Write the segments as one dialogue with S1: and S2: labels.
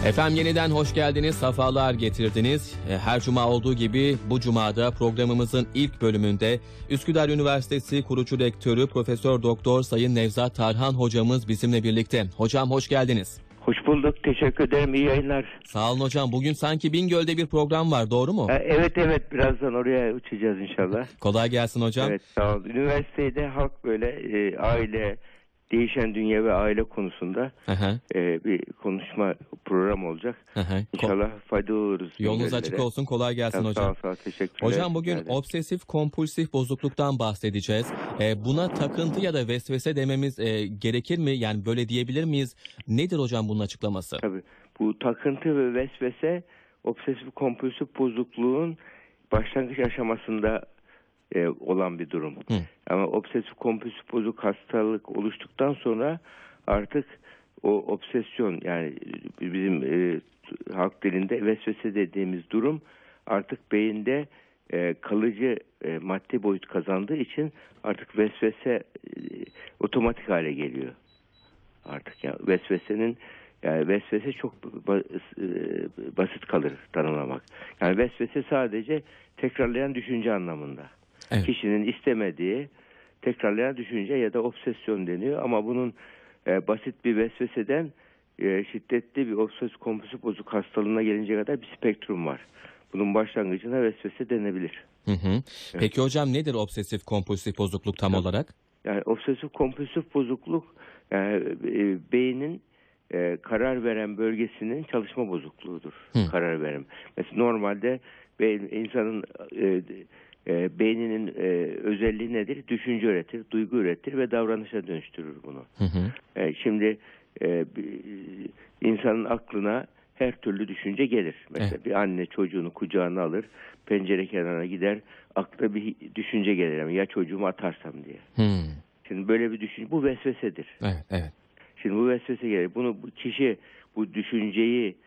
S1: Efendim yeniden hoş geldiniz, sefalar getirdiniz. Her cuma olduğu gibi bu cumada programımızın ilk bölümünde Üsküdar Üniversitesi kurucu rektörü Profesör Doktor Sayın Nevzat Tarhan hocamız bizimle birlikte. Hocam hoş geldiniz.
S2: Hoş bulduk. Teşekkür ederim. İyi yayınlar.
S1: Sağ olun hocam. Bugün sanki Bingöl'de bir program var, doğru mu?
S2: Evet. Birazdan oraya uçacağız inşallah.
S1: Kolay gelsin hocam.
S2: Evet, sağ olun. Üniversitede halk böyle aile, değişen dünya ve aile konusunda bir konuşma program olacak. İnşallah faydalı oluruz.
S1: Yolunuz açık olsun. Kolay gelsin hocam.
S2: Sağ ol. Teşekkürler.
S1: Hocam bugün obsesif kompulsif bozukluktan bahsedeceğiz. Buna takıntı ya da vesvese dememiz gerekir mi? Yani böyle diyebilir miyiz? Nedir hocam bunun açıklaması?
S2: Tabii. Bu takıntı ve vesvese obsesif kompulsif bozukluğun başlangıç aşamasında olan bir durum. Ama obsesif kompulsif bozuk hastalık oluştuktan sonra artık o obsesyon, yani bizim halk dilinde vesvese dediğimiz durum artık beyinde kalıcı maddi boyut kazandığı için artık vesvese otomatik hale geliyor. Artık ya vesvese çok basit kalır tanımlamak. Yani vesvese sadece tekrarlayan düşünce anlamında. Evet. Kişinin istemediği tekrarlayan düşünce ya da obsesyon deniyor. Ama bunun basit bir vesveseden şiddetli bir obsesif kompulsif bozuk hastalığına gelince kadar bir spektrum var. Bunun başlangıcına vesvese denebilir.
S1: Evet. Peki hocam nedir obsesif kompulsif bozukluk tam olarak? Yani
S2: obsesif kompulsif bozukluk beynin karar veren bölgesinin çalışma bozukluğudur. Karar verim. Mesela normalde insanın beyninin özelliği nedir? Düşünce üretir, duygu üretir ve davranışa dönüştürür bunu. Şimdi insanın aklına her türlü düşünce gelir. Mesela bir anne çocuğunu kucağına alır, pencere kenarına gider, akla bir düşünce gelir. Yani ya çocuğumu atarsam diye. Şimdi böyle bir düşünce, bu vesvesedir.
S1: Evet.
S2: Şimdi bu vesvese gelir. Bunu kişi bu düşünceyi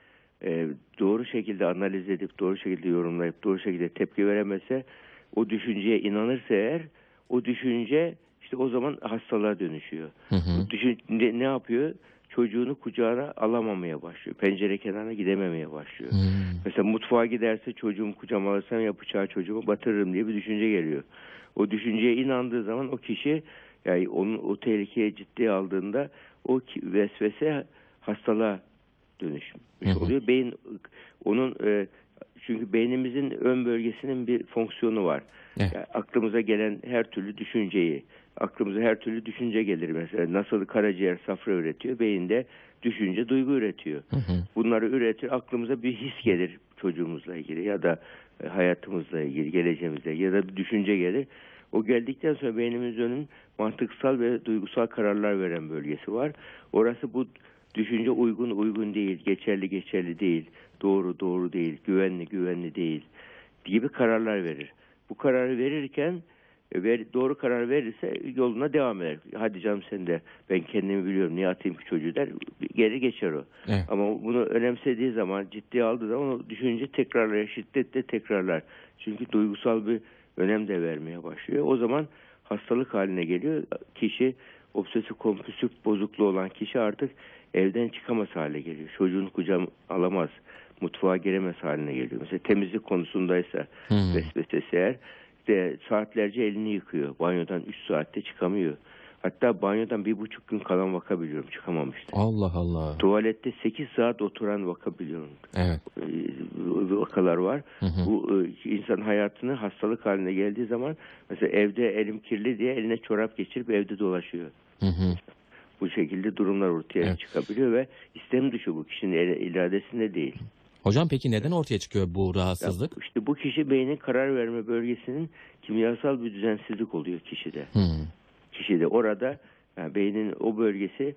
S2: doğru şekilde analiz edip, doğru şekilde yorumlayıp, doğru şekilde tepki veremezse, o düşünceye inanırsa eğer, o düşünce işte o zaman hastalığa dönüşüyor. Bu düşünce ne yapıyor? Çocuğunu kucağına alamamaya başlıyor. Pencere kenarına gidememeye başlıyor. Mesela mutfağa giderse çocuğumu kucağıma alırsam ya bıçağı çocuğumu batırırım diye bir düşünce geliyor. O düşünceye inandığı zaman o kişi, yani onun o tehlikeye ciddiye aldığında o vesvese hastalığa dönüşmüş oluyor. Beyin onun çünkü beynimizin ön bölgesinin bir fonksiyonu var. Yani aklımıza gelen her türlü düşünceyi, aklımıza her türlü düşünce gelir mesela. Nasıl karaciğer safra üretiyor, beyinde düşünce, duygu üretiyor. Bunları üretir, aklımıza bir his gelir çocuğumuzla ilgili ya da hayatımızla ilgili, geleceğimizle ya da bir düşünce gelir. O geldikten sonra beynimizin mantıksal ve duygusal kararlar veren bölgesi var. Orası bu düşünce uygun değil, geçerli değil, doğru değil, güvenli değil gibi kararlar verir. Bu kararı verirken doğru karar verirse yoluna devam eder. Hadi canım sen de, ben kendimi biliyorum, niye atayım ki çocuğu der, geri geçer o. Evet. Ama bunu önemsediği zaman, ciddiye aldığı zaman o düşünce tekrarlar, şiddetle tekrarlar. Çünkü duygusal bir önem de vermeye başlıyor. O zaman hastalık haline geliyor. Kişi, obsesif kompulsif bozukluğu olan kişi artık evden çıkamaz hale geliyor. Çocuğunu kucağına alamaz, mutfağa giremez haline geliyor. Mesela temizlik konusundaysa vesvesesi eğer, saatlerce elini yıkıyor. Banyodan 3 saatte çıkamıyor. Hatta banyodan 1,5 gün kalan vaka biliyorum, çıkamamıştı.
S1: Allah Allah.
S2: Tuvalette 8 saat oturan vaka biliyorum.
S1: Evet.
S2: Vakalar var. Bu insan hayatını hastalık haline geldiği zaman, mesela evde elim kirli diye eline çorap geçirip evde dolaşıyor. Bu şekilde durumlar ortaya çıkabiliyor ve istem dışı, bu kişinin iradesinde değil.
S1: Hocam peki neden ortaya çıkıyor bu rahatsızlık?
S2: İşte bu kişi, beynin karar verme bölgesinin kimyasal bir düzensizlik oluyor kişide. Kişide orada, yani beynin o bölgesi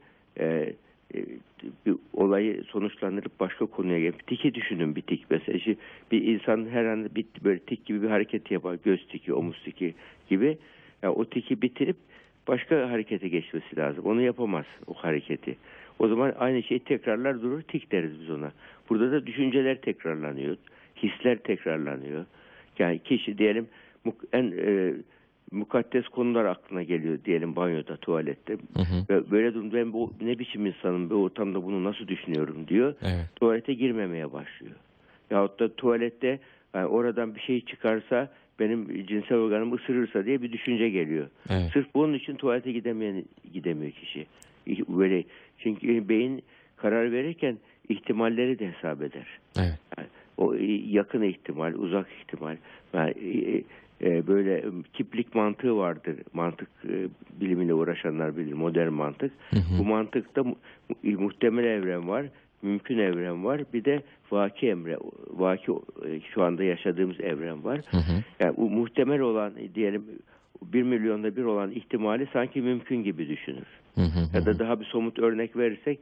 S2: bir olayı sonuçlandırıp başka konuya gelip, tiki düşünün, bir tik mesela. Bir insan her an böyle tik gibi bir hareket yapar, göz tiki, omuz tiki gibi. Yani o tiki bitirip başka harekete geçmesi lazım. Onu yapamaz, o hareketi. O zaman aynı şeyi tekrarlar durur, tik deriz biz ona. Burada da düşünceler tekrarlanıyor, hisler tekrarlanıyor. Yani kişi diyelim en mukaddes konular aklına geliyor diyelim banyoda, tuvalette. Ve böyle durumda ben ne biçim insanım, bir ortamda bunu nasıl düşünüyorum diyor.
S1: Evet.
S2: Tuvalete girmemeye başlıyor. Yahut da tuvalette yani oradan bir şey çıkarsa benim cinsel organımı ısırırsa diye bir düşünce geliyor.
S1: Evet.
S2: Sırf bunun için tuvalete gidemiyor kişi. Böyle, çünkü beyin karar verirken ihtimalleri de hesap eder.
S1: Evet.
S2: Yani o yakın ihtimal, uzak ihtimal. Yani, böyle kiplik mantığı vardır. Mantık bilimiyle uğraşanlar bilir, modern mantık. Bu mantıkta muhtemel evren var, mümkün evren var. Bir de vaki şu anda yaşadığımız evren var. Yani bu muhtemel olan, diyelim 1 milyonda bir olan ihtimali sanki mümkün gibi düşünür. Ya da daha bir somut örnek verirsek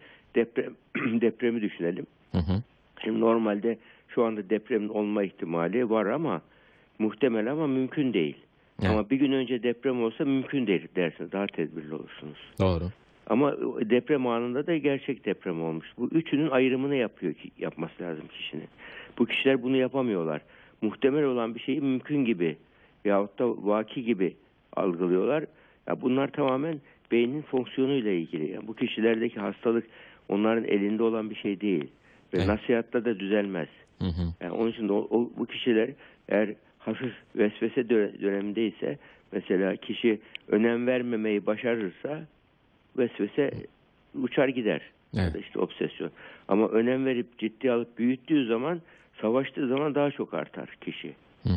S2: depremi düşünelim. Şimdi normalde şu anda depremin olma ihtimali var ama muhtemel ama mümkün değil.
S1: Evet.
S2: Ama bir gün önce deprem olsa mümkün değil dersiniz. Daha tedbirli olursunuz.
S1: Doğru.
S2: Ama deprem anında da gerçek deprem olmuş. Bu üçünün ayrımını yapması lazım kişinin. Bu kişiler bunu yapamıyorlar. Muhtemel olan bir şeyi mümkün gibi yahut da vaki gibi algılıyorlar. Ya bunlar tamamen beynin fonksiyonuyla ilgili. Yani bu kişilerdeki hastalık onların elinde olan bir şey değil. Ve
S1: Evet.
S2: nasihatta da düzelmez. Yani onun için de bu kişiler eğer hafif vesvese dönemindeyse, mesela kişi önem vermemeyi başarırsa vesvese uçar gider.
S1: Evet.
S2: Ya da işte obsesyon. Ama önem verip ciddiye alıp büyüttüğü zaman, savaştığı zaman daha çok artar kişi.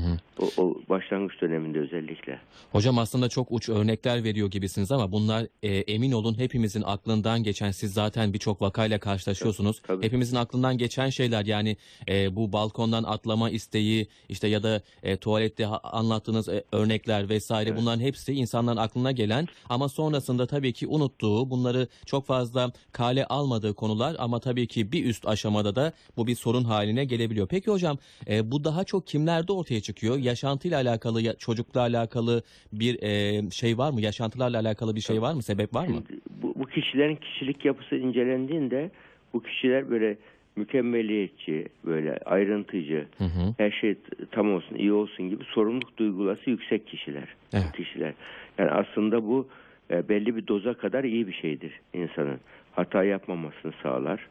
S2: O başlangıç döneminde özellikle.
S1: Hocam aslında çok uç örnekler veriyor gibisiniz ama bunlar emin olun hepimizin aklından geçen, siz zaten birçok vakayla karşılaşıyorsunuz.
S2: Tabii.
S1: Hepimizin aklından geçen şeyler yani bu balkondan atlama isteği işte ya da tuvalette anlattığınız örnekler vesaire,
S2: Evet.
S1: bunların hepsi insanların aklına gelen ama sonrasında tabii ki unuttuğu, bunları çok fazla kale almadığı konular ama tabii ki bir üst aşamada da bu bir sorun haline gelebiliyor. Peki hocam bu daha çok kimlerde ortaya çıkıyor? Yaşantıyla alakalı, çocukla alakalı bir şey var mı? Yaşantılarla alakalı bir şey var mı? Sebep var mı?
S2: Şimdi bu kişilerin kişilik yapısı incelendiğinde bu kişiler böyle mükemmeliyetçi, böyle ayrıntıcı, her şey tam olsun, iyi olsun gibi sorumluluk duygusu yüksek kişiler.
S1: Evet.
S2: Bu kişiler. Yani aslında bu belli bir doza kadar iyi bir şeydir insanın. Hata yapmamasını sağlar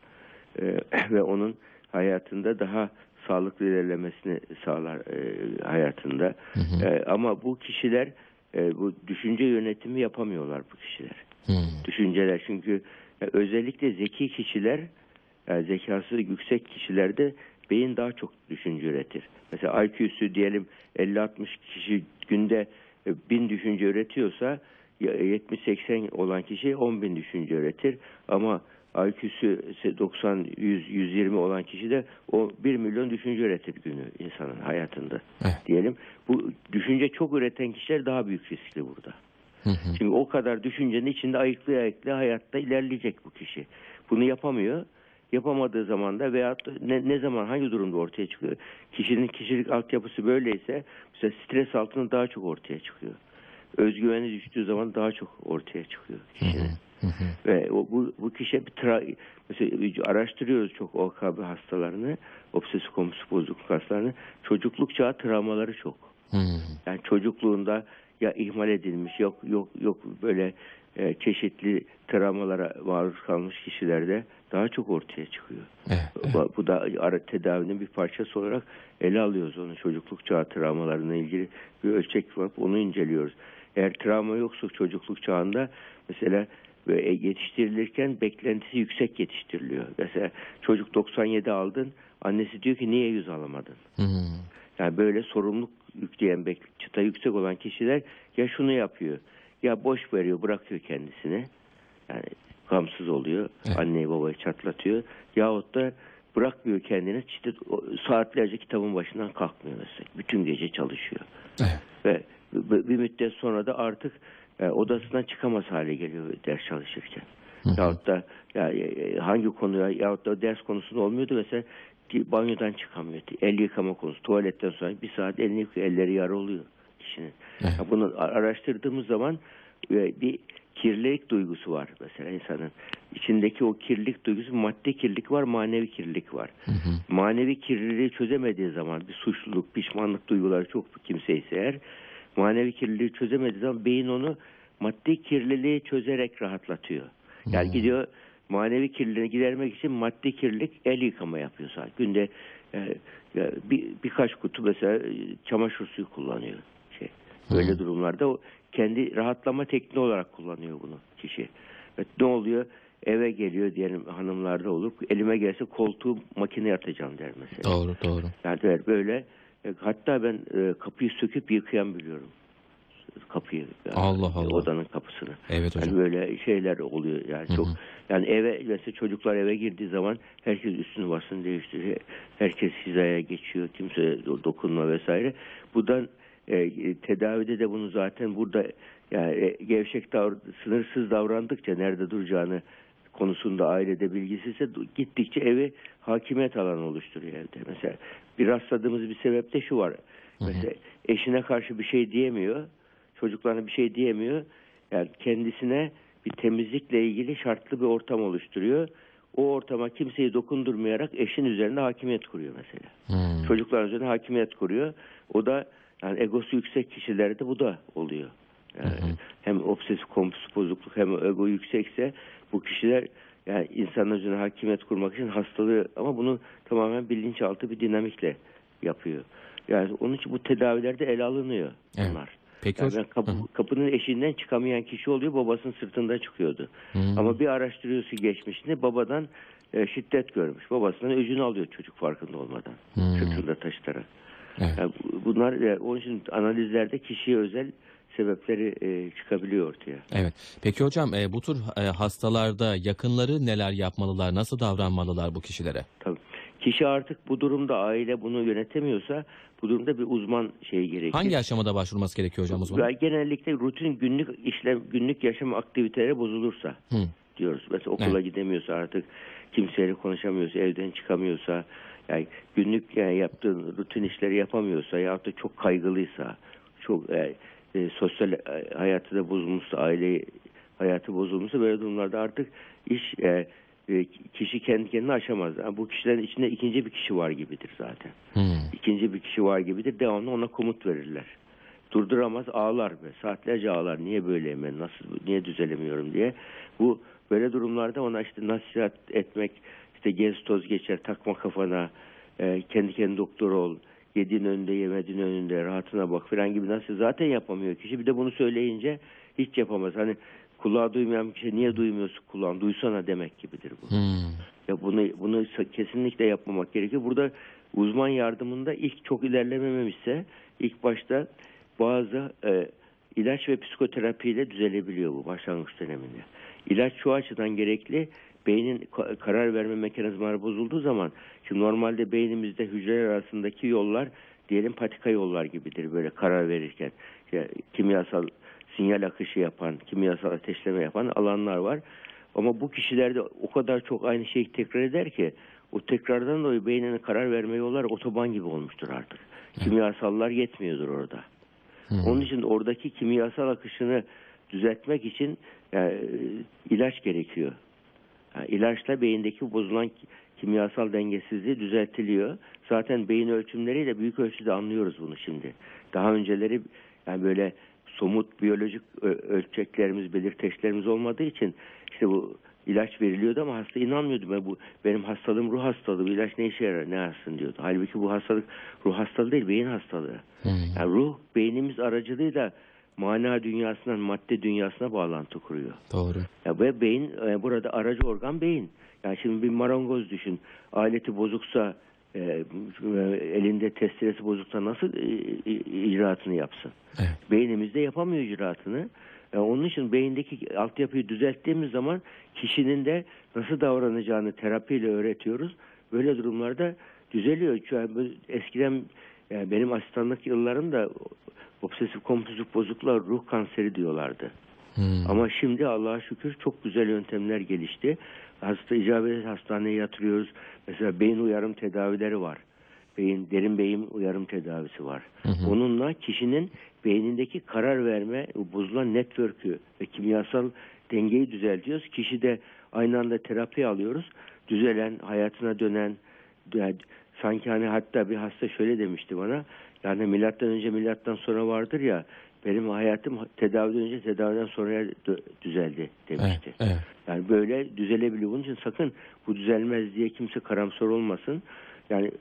S2: ve onun hayatında daha sağlıklı ilerlemesini sağlar hayatında. Ama bu kişiler bu düşünce yönetimi yapamıyorlar bu kişiler. Düşünceler, çünkü özellikle zeki kişiler, yani zekası yüksek kişilerde beyin daha çok düşünce üretir. Mesela IQ'su diyelim 50-60 kişi günde 1000 düşünce üretiyorsa 70-80 olan kişi 10.000 düşünce üretir. Ama IQ'su 90-100-120 olan kişi de o 1 milyon düşünce üretir günü insanın hayatında.
S1: Evet.
S2: Diyelim. Bu düşünce çok üreten kişiler daha büyük riskli burada. Çünkü o kadar düşüncenin içinde ayıklaya hayatta ilerleyecek bu kişi. Bunu yapamıyor. Yapamadığı zaman da veyahut da ne zaman hangi durumda ortaya çıkıyor? Kişinin kişilik altyapısı böyleyse mesela stres altında daha çok ortaya çıkıyor. Özgüveni düştüğü zaman daha çok ortaya çıkıyor kişinin. Ve bu kişi mesela araştırıyoruz çok OKB hastalarını, obsesif kompulsif bozukluk hastalarını. Çocukluk çağı travmaları çok. Yani çocukluğunda ya ihmal edilmiş, yok böyle çeşitli travmalara maruz kalmış kişilerde daha çok ortaya çıkıyor.
S1: Evet.
S2: Bu da tedavinin bir parçası olarak ele alıyoruz onu. Çocukluk çağı travmalarına ilgili bir ölçek var, onu inceliyoruz. Eğer travma yoksa çocukluk çağında mesela yetiştirilirken beklentisi yüksek yetiştiriliyor. Mesela çocuk 97 aldın, annesi diyor ki niye 100 alamadın? Yani böyle sorumluluk yükleyen, çıta yüksek olan kişiler ya şunu yapıyor, ya boş veriyor, bırakıyor kendisini. Yani gamsız oluyor, anneyi babayı çatlatıyor. Yahut da bırakmıyor kendini, işte saatlerce kitabın başından kalkmıyor mesela. Bütün gece çalışıyor. Ve bir müddet sonra da artık odasından çıkamaz hale geliyor ders çalışırken. Yahut da hangi konuya, yahut da ders konusunda olmuyordu mesela, banyodan çıkamıyor. El yıkama konusu, tuvaletten sonra bir saat elini yıkıyor, elleri yara oluyor kişinin. Bunu araştırdığımız zaman bir kirlilik duygusu var mesela insanın. İçindeki o kirlilik duygusu, madde kirlilik var, manevi kirlilik var. Manevi kirliliği çözemediği zaman, bir suçluluk, pişmanlık duyguları çok kimseyse eğer, Manevi kirliliği çözemediği zaman beyin onu maddi kirliliği çözerek rahatlatıyor. Yani gidiyor manevi kirliliğini gidermek için maddi kirlilik el yıkama yapıyor sadece. Günde birkaç kutu mesela çamaşır suyu kullanıyor. Böyle durumlarda o kendi rahatlama tekniği olarak kullanıyor bunu kişi. Evet, ne oluyor? Eve geliyor diyelim, hanımlarda olur. Elime gelse koltuğu makineye atacağım der mesela.
S1: Doğru.
S2: Yani böyle hatta ben kapıyı söküp yıkayan biliyorum. Kapıyı,
S1: Allah.
S2: odanın kapısını.
S1: Evet hocam.
S2: Yani böyle şeyler oluyor yani çok. Yani eve mesela çocuklar eve girdiği zaman herkes üstünü başını değiştiriyor. Herkes hizaya geçiyor. Kimse dokunma vesaire. Buradan tedavide de bunu zaten burada yani sınırsız davrandıkça nerede duracağını konusunda ailede bilgisizse gittikçe evi hakimiyet alanı oluşturuyor evde. Mesela bir rastladığımız bir sebep de şu var. Mesela eşine karşı bir şey diyemiyor. Çocuklarına bir şey diyemiyor. Yani kendisine bir temizlikle ilgili şartlı bir ortam oluşturuyor. O ortama kimseyi dokundurmayarak eşin üzerinde hakimiyet kuruyor mesela. Çocukların üzerinde hakimiyet kuruyor. O da yani egosu yüksek kişilerde bu da oluyor. Yani hem obsesif kompulsif bozukluk hem ego yüksekse bu kişiler yani insanların üzerine hakimiyet kurmak için hastalığı ama bunu tamamen bilinçaltı bir dinamikle yapıyor. Yani onun için bu tedavilerde ele alınıyor bunlar.
S1: Peki
S2: yani kapının eşiğinden çıkamayan kişi oluyor, babasının sırtında çıkıyordu. Ama bir araştırıyorsun geçmişinde babadan şiddet görmüş. Babasından öcünü alıyor çocuk farkında olmadan. Sırtında taşıtarak.
S1: Evet.
S2: Yani bunlar onun için analizlerde kişiye özel sebepleri çıkabiliyor ortaya.
S1: Evet. Peki hocam bu tür hastalarda yakınları neler yapmalılar, nasıl davranmalılar bu kişilere?
S2: Tabii. Kişi artık bu durumda aile bunu yönetemiyorsa bu durumda bir uzman gerekir.
S1: Hangi aşamada başvurması gerekiyor hocam uzmanın?
S2: Genellikle rutin günlük yaşam aktiviteleri bozulursa diyoruz. Mesela okula gidemiyorsa artık kimseyle konuşamıyorsa, evden çıkamıyorsa, yani günlük yaptığı rutin işleri yapamıyorsa ya da çok kaygılıysa, çok sosyal hayatı da bozulmuşsa, aile hayatı bozulmuşsa böyle durumlarda artık kişi kendi kendine aşamaz. Yani bu kişilerin içinde ikinci bir kişi var gibidir zaten. İkinci bir kişi var gibidir. Devamlı ona komut verirler. Durduramaz, ağlar be. Saatlerce ağlar. Niye böyleyim ben? Niye düzelemiyorum diye. Bu böyle durumlarda ona işte nasihat etmek, işte gez toz geçer, takma kafana, kendi kendine doktor ol, yediğin önünde, yemediğin önünde, rahatına bak falan gibi nasihat zaten yapamıyor kişi. Bir de bunu söyleyince hiç yapamaz. Hani kulağı duymayan bir kişi niye duymuyorsun kulağın? Duysana demek gibidir bu. Ya bunu kesinlikle yapmamak gerekiyor. Burada uzman yardımında ilk çok ilerlememişse ilk başta bazı ilaç ve psikoterapiyle düzelebiliyor bu başlangıç döneminde. İlaç şu açıdan gerekli. Beynin karar verme mekanizmaları bozulduğu zaman şimdi normalde beynimizde hücreler arasındaki yollar diyelim patika yollar gibidir böyle karar verirken. Yani kimyasal sinyal akışı yapan, kimyasal ateşleme yapan alanlar var. Ama bu kişilerde o kadar çok aynı şeyi tekrar eder ki o tekrardan dolayı beynine karar verme yolları otoban gibi olmuştur artık. Kimyasallar yetmiyordur orada. Onun için oradaki kimyasal akışını düzeltmek için ilaç gerekiyor. Yani ilaçla beyindeki bozulan kimyasal dengesizliği düzeltiliyor. Zaten beyin ölçümleriyle büyük ölçüde anlıyoruz bunu şimdi. Daha önceleri yani böyle somut biyolojik ölçeklerimiz, belirteçlerimiz olmadığı için işte bu ilaç veriliyordu ama hasta inanmıyordu. Benim hastalığım ruh hastalığı. Bu ilaç ne işe yarar, ne yarsın diyordu. Halbuki bu hastalık ruh hastalığı değil, beyin hastalığı. Yani ruh beynimiz aracılığıyla mana dünyasından madde dünyasına bağlantı kuruyor.
S1: Doğru.
S2: Ya ve beyin burada aracı organ beyin. Yani şimdi bir marangoz düşün. Aleti bozuksa elinde testeresi bozuksa nasıl icraatını yapsın?
S1: Evet.
S2: Beynimizde yapamıyor icraatını. Onun için beyindeki altyapıyı düzelttiğimiz zaman kişinin de nasıl davranacağını terapiyle öğretiyoruz. Böyle durumlarda düzeliyor. Çünkü eskiden benim asistanlık yıllarımda obsesif kompulsif bozukluğa ruh kanseri diyorlardı. Ama şimdi Allah'a şükür çok güzel yöntemler gelişti. Hasta icabet hastaneye yatırıyoruz. Mesela beyin uyarım tedavileri var. Derin beyin uyarım tedavisi var. Onunla kişinin beynindeki karar verme, bozulan network'ü ve kimyasal dengeyi düzeltiyoruz. Kişi de aynı anda terapi alıyoruz. Düzelen, hayatına dönen, sanki hani hatta bir hasta şöyle demişti bana, Yani milattan önce milattan sonra vardır ya, benim hayatım tedaviden önce tedaviden sonra düzeldi demişti.
S1: Evet.
S2: Yani böyle düzelebiliyor. Bunun için sakın bu düzelmez diye kimse karamsar olmasın. Yani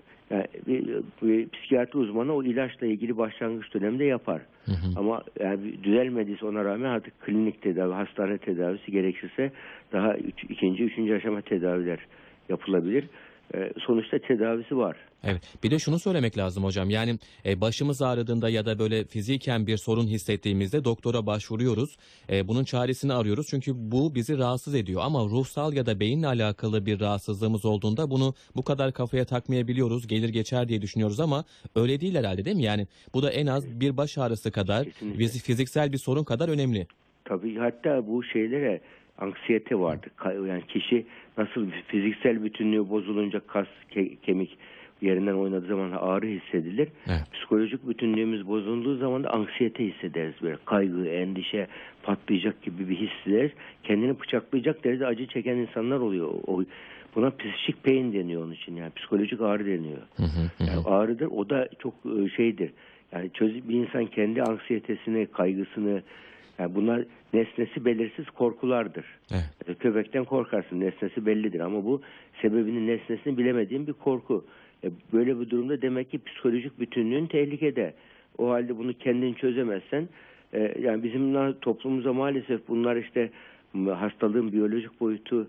S2: bir psikiyatri uzmanı o ilaçla ilgili başlangıç dönemde yapar. Ama yani düzelmediyse ona rağmen artık klinik tedavi, hastane tedavisi, gerekirse daha ikinci, üçüncü aşama tedaviler yapılabilir. Sonuçta tedavisi var.
S1: Evet. Bir de şunu söylemek lazım hocam. Yani başımız ağrıdığında ya da böyle fiziken bir sorun hissettiğimizde doktora başvuruyoruz. Bunun çaresini arıyoruz. Çünkü bu bizi rahatsız ediyor. Ama ruhsal ya da beyinle alakalı bir rahatsızlığımız olduğunda bunu bu kadar kafaya takmayabiliyoruz. Gelir geçer diye düşünüyoruz ama öyle değil herhalde, değil mi? Yani bu da en az bir baş ağrısı kadar, fiziksel bir sorun kadar önemli.
S2: Tabii, hatta bu şeylere anksiyete vardı. Yani kişi nasıl fiziksel bütünlüğü bozulunca kas, kemik yerinden oynadığı zaman ağrı hissedilir.
S1: Evet.
S2: Psikolojik bütünlüğümüz bozulduğu zaman da anksiyete hissederiz. Böyle kaygı, endişe, patlayacak gibi bir hissederiz. Kendini bıçaklayacak derecede acı çeken insanlar oluyor. Buna psikik pain deniyor onun için. Yani psikolojik ağrı deniyor. Yani ağrıdır. O da çok şeydir. Yani bir insan kendi anksiyetesini, kaygısını, yani bunlar nesnesi belirsiz korkulardır.
S1: Evet.
S2: Köpekten korkarsın, nesnesi bellidir ama bu sebebinin, nesnesini bilemediğin bir korku. Böyle bir durumda demek ki psikolojik bütünlüğün tehlikede. O halde bunu kendin çözemezsen, yani bizim toplumumuza maalesef bunlar işte hastalığın biyolojik boyutu,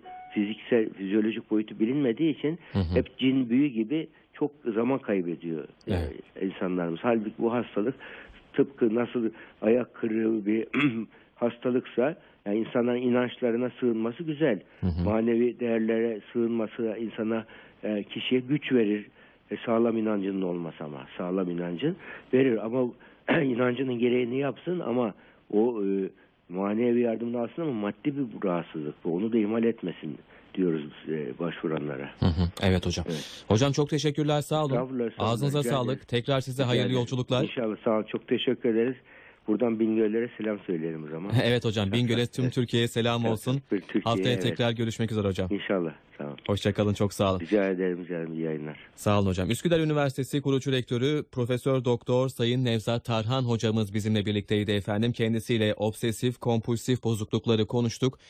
S2: fizyolojik boyutu bilinmediği için hep cin büyü gibi çok zaman kaybediyor insanlarımız. Halbuki bu hastalık tıpkı nasıl ayak kırığı bir hastalıksa, yani insanların inançlarına sığınması güzel. Manevi değerlere sığınması insana, kişiye güç verir. Sağlam inancının olması, ama sağlam inancın verir. Ama inancının gereğini yapsın ama o manevi yardımını alsın ama maddi bir rahatsızlık bu. Onu da ihmal etmesin diyoruz başvuranlara.
S1: Evet hocam. Evet. Hocam çok teşekkürler, sağ olun. Ağzınıza sağlık. Tekrar size hayırlı yolculuklar.
S2: İnşallah, sağ olun. Çok teşekkür ederiz. Buradan Bingöl'lere selam söyleyelim o zaman.
S1: Evet hocam, Bingöl'e tüm Türkiye'ye selam olsun. Haftaya tekrar görüşmek üzere hocam.
S2: İnşallah, sağ olun.
S1: Hoşçakalın, çok sağ olun.
S2: Rica ederim, iyi yayınlar.
S1: Sağ olun hocam. Üsküdar Üniversitesi Kurucu Rektörü Profesör Doktor Sayın Nevzat Tarhan hocamız bizimle birlikteydi efendim. Kendisiyle obsesif kompulsif bozuklukları konuştuk.